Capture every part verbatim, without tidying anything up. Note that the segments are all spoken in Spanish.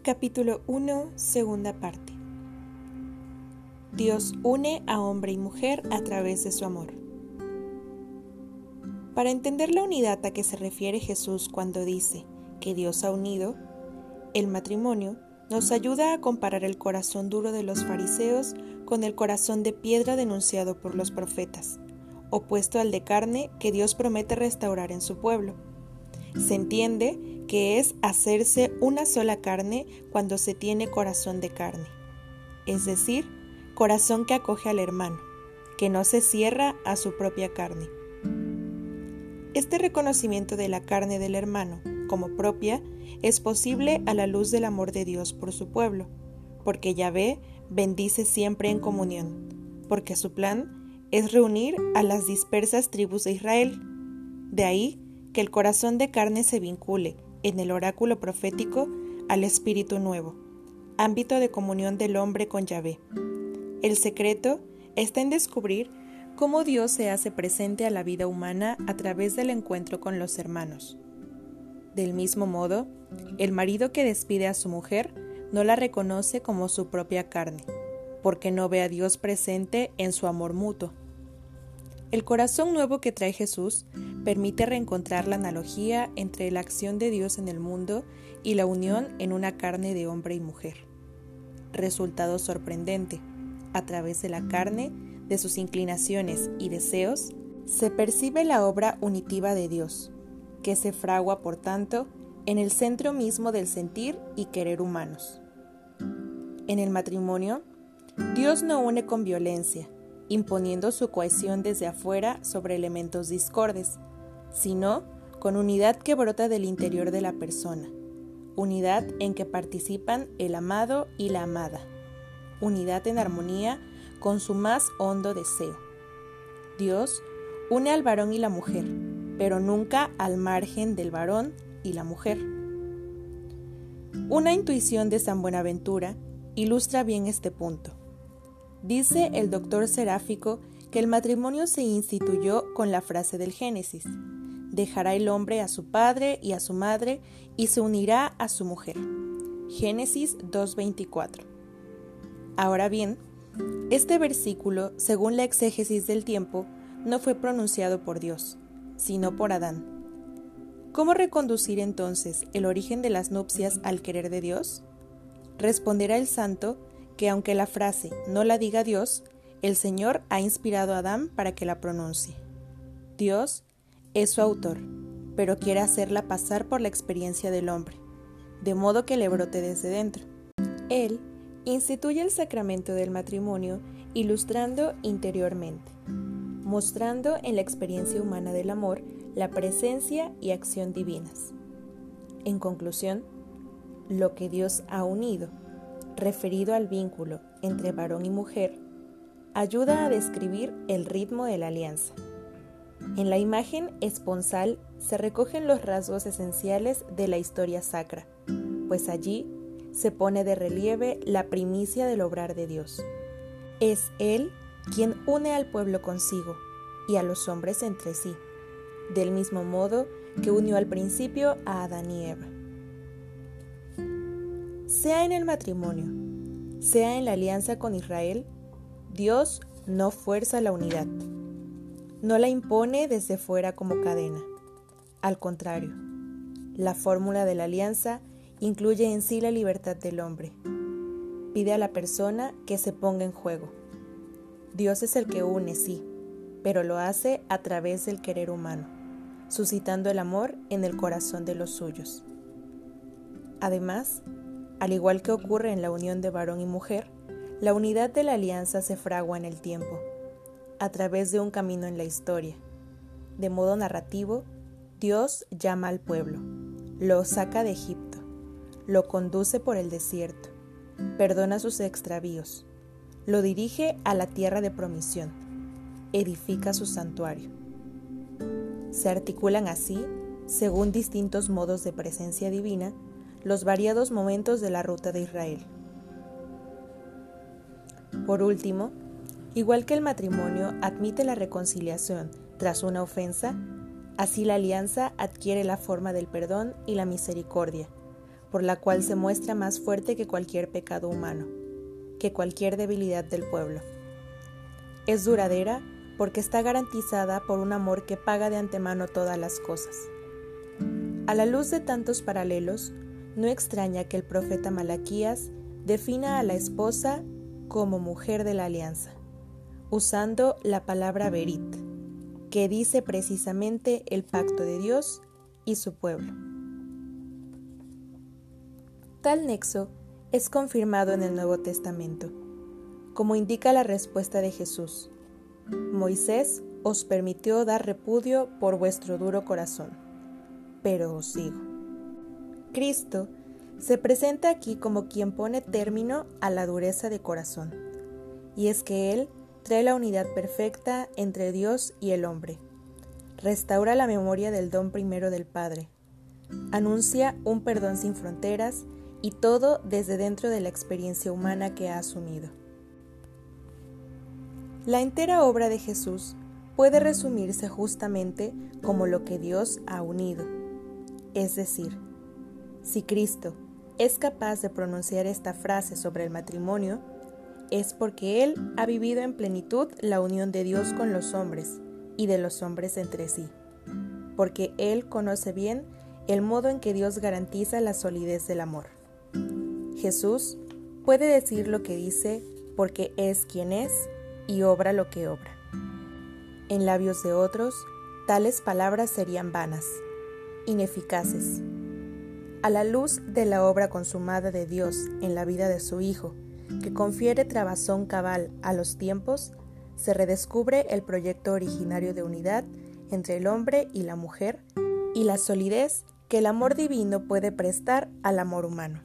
Capítulo uno, segunda parte. Dios une a hombre y mujer a través de su amor. Para entender la unidad a que se refiere Jesús cuando dice que Dios ha unido, el matrimonio nos ayuda a comparar el corazón duro de los fariseos con el corazón de piedra denunciado por los profetas, opuesto al de carne que Dios promete restaurar en su pueblo. Se entiende que es hacerse una sola carne cuando se tiene corazón de carne, es decir, corazón que acoge al hermano, que no se cierra a su propia carne. Este reconocimiento de la carne del hermano como propia es posible a la luz del amor de Dios por su pueblo, porque Yahvé bendice siempre en comunión, porque su plan es reunir a las dispersas tribus de Israel. De ahí que el corazón de carne se vincule, en el oráculo profético, al Espíritu Nuevo, ámbito de comunión del hombre con Yahvé. El secreto está en descubrir cómo Dios se hace presente a la vida humana a través del encuentro con los hermanos. Del mismo modo, el marido que despide a su mujer no la reconoce como su propia carne, porque no ve a Dios presente en su amor mutuo. El corazón nuevo que trae Jesús permite reencontrar la analogía entre la acción de Dios en el mundo y la unión en una carne de hombre y mujer. Resultado sorprendente: a través de la carne, de sus inclinaciones y deseos, se percibe la obra unitiva de Dios, que se fragua, por tanto, en el centro mismo del sentir y querer humanos. En el matrimonio, Dios no une con violencia, imponiendo su cohesión desde afuera sobre elementos discordes, sino con unidad que brota del interior de la persona, unidad en que participan el amado y la amada, unidad en armonía con su más hondo deseo. Dios une al varón y la mujer, pero nunca al margen del varón y la mujer. Una intuición de San Buenaventura ilustra bien este punto. Dice el doctor Seráfico que el matrimonio se instituyó con la frase del Génesis: dejará el hombre a su padre y a su madre y se unirá a su mujer. Génesis dos veinticuatro. Ahora bien, este versículo, según la exégesis del tiempo, no fue pronunciado por Dios, sino por Adán. ¿Cómo reconducir entonces el origen de las nupcias al querer de Dios? Responderá el santo que aunque la frase no la diga Dios, el Señor ha inspirado a Adán para que la pronuncie. Dios es su autor, pero quiere hacerla pasar por la experiencia del hombre, de modo que le brote desde dentro. Él instituye el sacramento del matrimonio ilustrando interiormente, mostrando en la experiencia humana del amor la presencia y acción divinas. En conclusión, lo que Dios ha unido, referido al vínculo entre varón y mujer, ayuda a describir el ritmo de la alianza. En la imagen esponsal se recogen los rasgos esenciales de la historia sacra, pues allí se pone de relieve la primicia del obrar de Dios. Es Él quien une al pueblo consigo y a los hombres entre sí, del mismo modo que unió al principio a Adán y Eva. Sea en el matrimonio, sea en la alianza con Israel, Dios no fuerza la unidad, no la impone desde fuera como cadena. Al contrario, la fórmula de la alianza incluye en sí la libertad del hombre. Pide a la persona que se ponga en juego. Dios es el que une, sí, pero lo hace a través del querer humano, suscitando el amor en el corazón de los suyos. Además, al igual que ocurre en la unión de varón y mujer, la unidad de la alianza se fragua en el tiempo, a través de un camino en la historia. De modo narrativo, Dios llama al pueblo, lo saca de Egipto, lo conduce por el desierto, perdona sus extravíos, lo dirige a la tierra de promisión, edifica su santuario. Se articulan así, según distintos modos de presencia divina, los variados momentos de la ruta de Israel. Por último, igual que el matrimonio admite la reconciliación tras una ofensa, así la alianza adquiere la forma del perdón y la misericordia, por la cual se muestra más fuerte que cualquier pecado humano, que cualquier debilidad del pueblo. Es duradera porque está garantizada por un amor que paga de antemano todas las cosas. A la luz de tantos paralelos, no extraña que el profeta Malaquías defina a la esposa como mujer de la alianza, usando la palabra berit, que dice precisamente el pacto de Dios y su pueblo. Tal nexo es confirmado en el Nuevo Testamento, como indica la respuesta de Jesús: Moisés os permitió dar repudio por vuestro duro corazón, pero os sigo. Cristo se presenta aquí como quien pone término a la dureza de corazón, y es que Él trae la unidad perfecta entre Dios y el hombre, restaura la memoria del don primero del Padre, anuncia un perdón sin fronteras y todo desde dentro de la experiencia humana que ha asumido. La entera obra de Jesús puede resumirse justamente como lo que Dios ha unido, es decir, si Cristo es capaz de pronunciar esta frase sobre el matrimonio, es porque Él ha vivido en plenitud la unión de Dios con los hombres y de los hombres entre sí, porque Él conoce bien el modo en que Dios garantiza la solidez del amor. Jesús puede decir lo que dice porque es quien es y obra lo que obra. En labios de otros, tales palabras serían vanas, ineficaces. A la luz de la obra consumada de Dios en la vida de su Hijo, que confiere trabazón cabal a los tiempos, se redescubre el proyecto originario de unidad entre el hombre y la mujer y la solidez que el amor divino puede prestar al amor humano.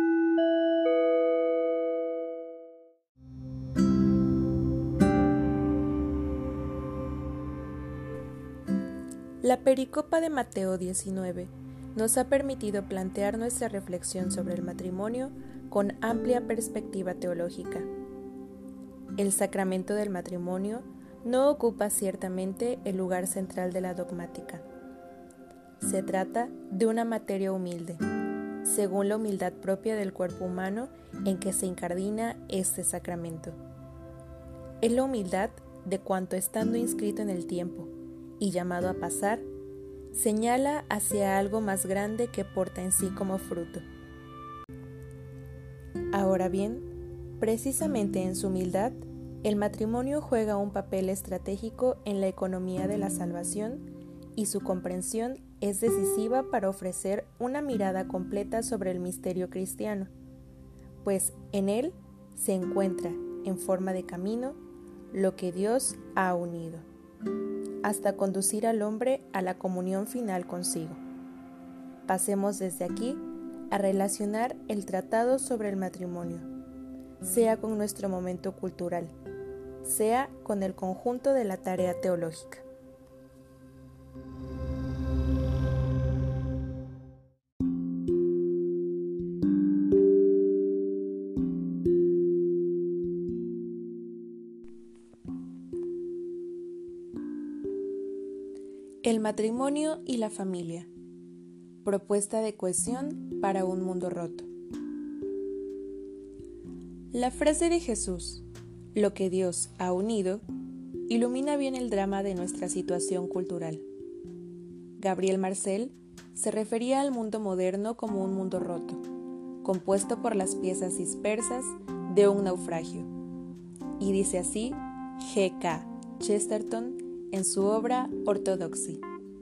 La pericopa de Mateo diecinueve nos ha permitido plantear nuestra reflexión sobre el matrimonio con amplia perspectiva teológica. El sacramento del matrimonio no ocupa ciertamente el lugar central de la dogmática. Se trata de una materia humilde, según la humildad propia del cuerpo humano en que se incardina este sacramento. Es la humildad de cuanto, estando inscrito en el tiempo y llamado a pasar, señala hacia algo más grande que porta en sí como fruto. Ahora bien, precisamente en su humildad, el matrimonio juega un papel estratégico en la economía de la salvación y su comprensión es decisiva para ofrecer una mirada completa sobre el misterio cristiano, pues en él se encuentra, en forma de camino, lo que Dios ha unido, hasta conducir al hombre a la comunión final consigo. Pasemos desde aquí a relacionar el tratado sobre el matrimonio, sea con nuestro momento cultural, sea con el conjunto de la tarea teológica. El matrimonio y la familia. Propuesta de cohesión para un mundo roto. La frase de Jesús, lo que Dios ha unido, ilumina bien el drama de nuestra situación cultural. Gabriel Marcel se refería al mundo moderno como un mundo roto, compuesto por las piezas dispersas de un naufragio. Y dice así G K Chesterton en su obra Orthodoxy.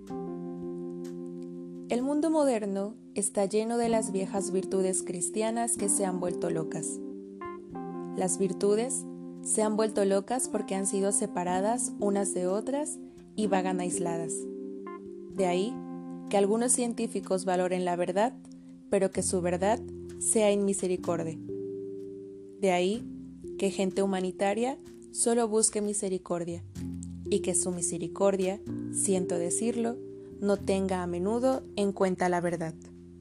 El mundo moderno está lleno de las viejas virtudes cristianas que se han vuelto locas. Las virtudes se han vuelto locas porque han sido separadas unas de otras y vagan aisladas. De ahí que algunos científicos valoren la verdad, pero que su verdad sea inmisericordia. De ahí que gente humanitaria solo busque misericordia, y que su misericordia, siento decirlo, no tenga a menudo en cuenta la verdad.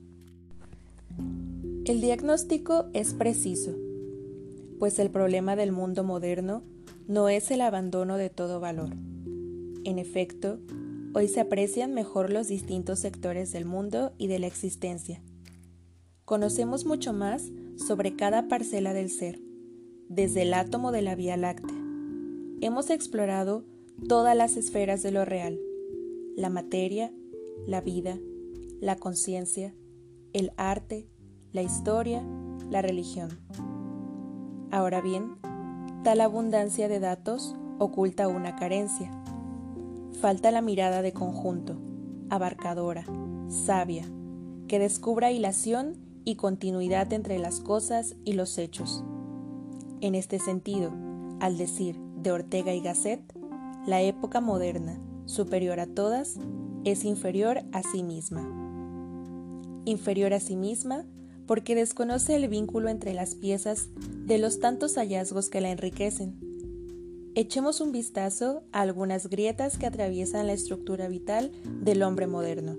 El diagnóstico es preciso, pues el problema del mundo moderno no es el abandono de todo valor. En efecto, hoy se aprecian mejor los distintos sectores del mundo y de la existencia. conocemos mucho más sobre cada parcela del ser, desde el átomo de la Vía Láctea. Hemos explorado todas las esferas de lo real, la materia, la vida, la conciencia, el arte, la historia, la religión. Ahora bien, tal abundancia de datos oculta una carencia. Falta la mirada de conjunto, abarcadora, sabia, que descubra hilación y continuidad entre las cosas y los hechos. En este sentido, al decir de Ortega y Gasset, la época moderna, superior a todas, es inferior a sí misma. Inferior a sí misma porque desconoce el vínculo entre las piezas de los tantos hallazgos que la enriquecen. Echemos un vistazo a algunas grietas que atraviesan la estructura vital del hombre moderno.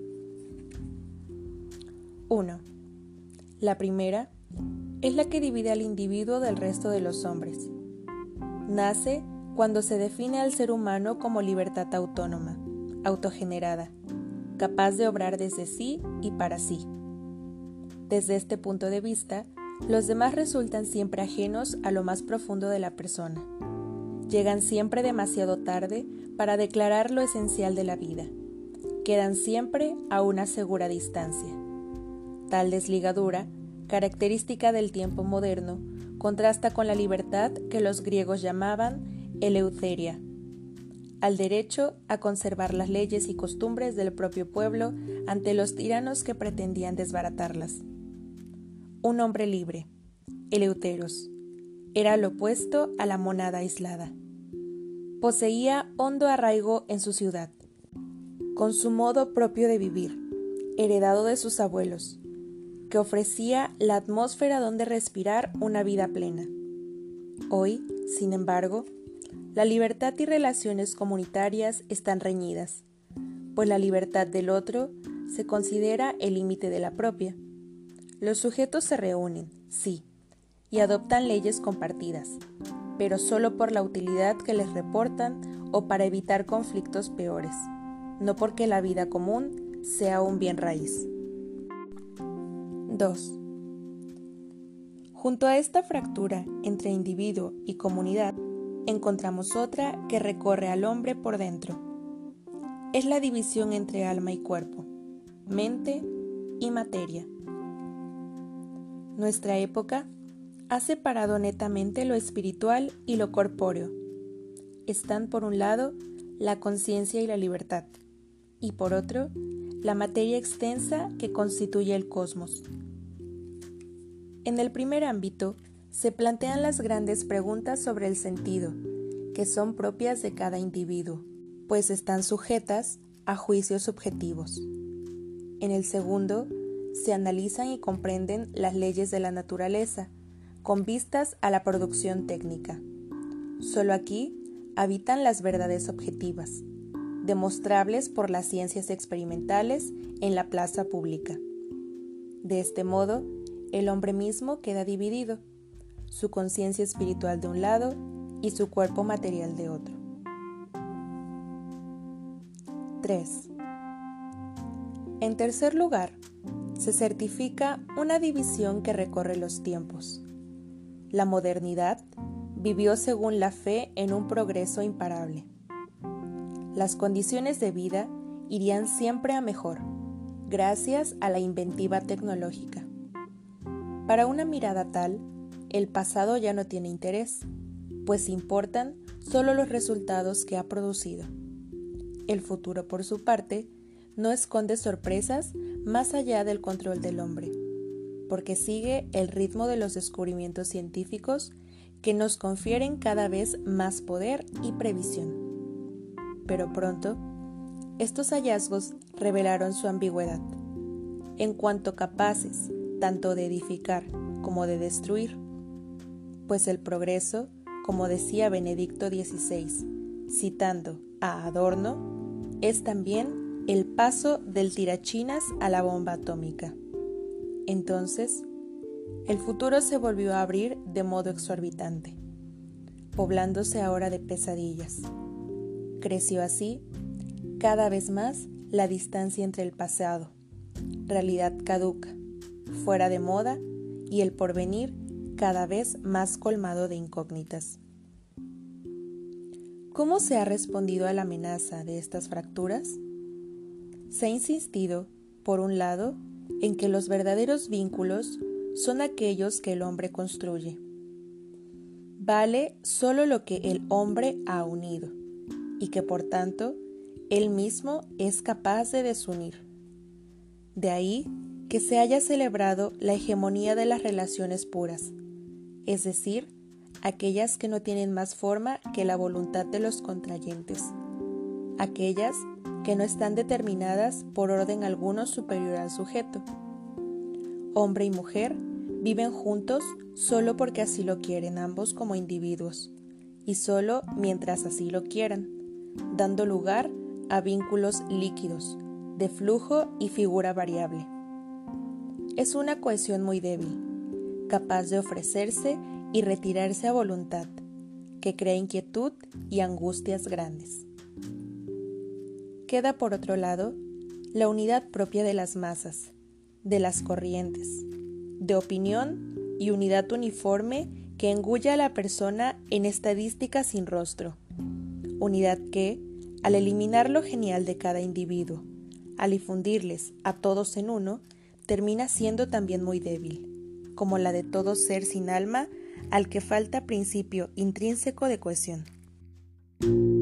uno. La primera es la que divide al individuo del resto de los hombres. Nace cuando se define al ser humano como libertad autónoma, autogenerada, capaz de obrar desde sí y para sí. Desde este punto de vista, los demás resultan siempre ajenos a lo más profundo de la persona. Llegan siempre demasiado tarde para declarar lo esencial de la vida. Quedan siempre a una segura distancia. Tal desligadura, característica del tiempo moderno, contrasta con la libertad que los griegos llamaban eleutheria, al derecho a conservar las leyes y costumbres del propio pueblo ante los tiranos que pretendían desbaratarlas. Un hombre libre, eleuteros, era lo opuesto a la monada aislada. Poseía hondo arraigo en su ciudad, con su modo propio de vivir, heredado de sus abuelos, que ofrecía la atmósfera donde respirar una vida plena. Hoy, sin embargo, la libertad y relaciones comunitarias están reñidas, pues la libertad del otro se considera el límite de la propia. Los sujetos se reúnen, sí, y adoptan leyes compartidas, pero solo por la utilidad que les reportan o para evitar conflictos peores, no porque la vida común sea un bien raíz. dos. Junto a esta fractura entre individuo y comunidad, encontramos otra que recorre al hombre por dentro. Es la división entre alma y cuerpo, mente y materia. Nuestra época ha separado netamente lo espiritual y lo corpóreo. Están por un lado la conciencia y la libertad, y por otro, la materia extensa que constituye el cosmos. En el primer ámbito, se plantean las grandes preguntas sobre el sentido, que son propias de cada individuo, pues están sujetas a juicios subjetivos. En el segundo, se analizan y comprenden las leyes de la naturaleza, con vistas a la producción técnica. Solo aquí habitan las verdades objetivas, demostrables por las ciencias experimentales en la plaza pública. De este modo, el hombre mismo queda dividido, su conciencia espiritual de un lado y su cuerpo material de otro. tres. En tercer lugar, se certifica una división que recorre los tiempos. La modernidad vivió según la fe en un progreso imparable. Las condiciones de vida irían siempre a mejor, gracias a la inventiva tecnológica. Para una mirada tal, el pasado ya no tiene interés, pues importan solo los resultados que ha producido. El futuro, por su parte, no esconde sorpresas más allá del control del hombre, porque sigue el ritmo de los descubrimientos científicos que nos confieren cada vez más poder y previsión. Pero pronto, estos hallazgos revelaron su ambigüedad, en cuanto capaces tanto de edificar como de destruir, pues el progreso, como decía Benedicto dieciséis, citando a Adorno, es también el paso del tirachinas a la bomba atómica. Entonces, el futuro se volvió a abrir de modo exorbitante, poblándose ahora de pesadillas. Creció así, cada vez más, la distancia entre el pasado, realidad caduca, fuera de moda y el porvenir cada vez más colmado de incógnitas. ¿Cómo se ha respondido a la amenaza de estas fracturas? Se ha insistido, por un lado, en que los verdaderos vínculos son aquellos que el hombre construye. Vale solo lo que el hombre ha unido, y que por tanto, él mismo es capaz de desunir. De ahí que se haya celebrado la hegemonía de las relaciones puras, es decir, aquellas que no tienen más forma que la voluntad de los contrayentes, aquellas que no están determinadas por orden alguno superior al sujeto. Hombre y mujer viven juntos solo porque así lo quieren ambos como individuos, y solo mientras así lo quieran, dando lugar a vínculos líquidos, de flujo y figura variable. Es una cohesión muy débil, capaz de ofrecerse y retirarse a voluntad, que crea inquietud y angustias grandes. Queda por otro lado la unidad propia de las masas, de las corrientes, de opinión y unidad uniforme que engulle a la persona en estadística sin rostro, unidad que, al eliminar lo genial de cada individuo, al difundirles a todos en uno, termina siendo también muy débil, como la de todo ser sin alma al que falta principio intrínseco de cohesión.